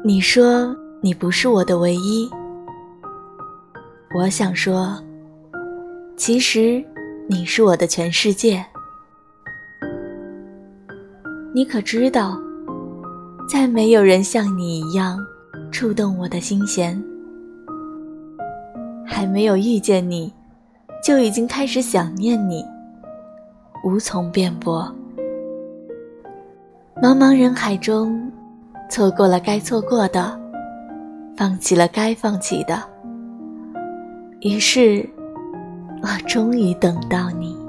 你说你不是我的唯一，我想说，其实你是我的全世界。你可知道，再没有人像你一样触动我的心弦。还没有遇见你，就已经开始想念你，无从辩驳。茫茫人海中，错过了该错过的，放弃了该放弃的，于是我终于等到你。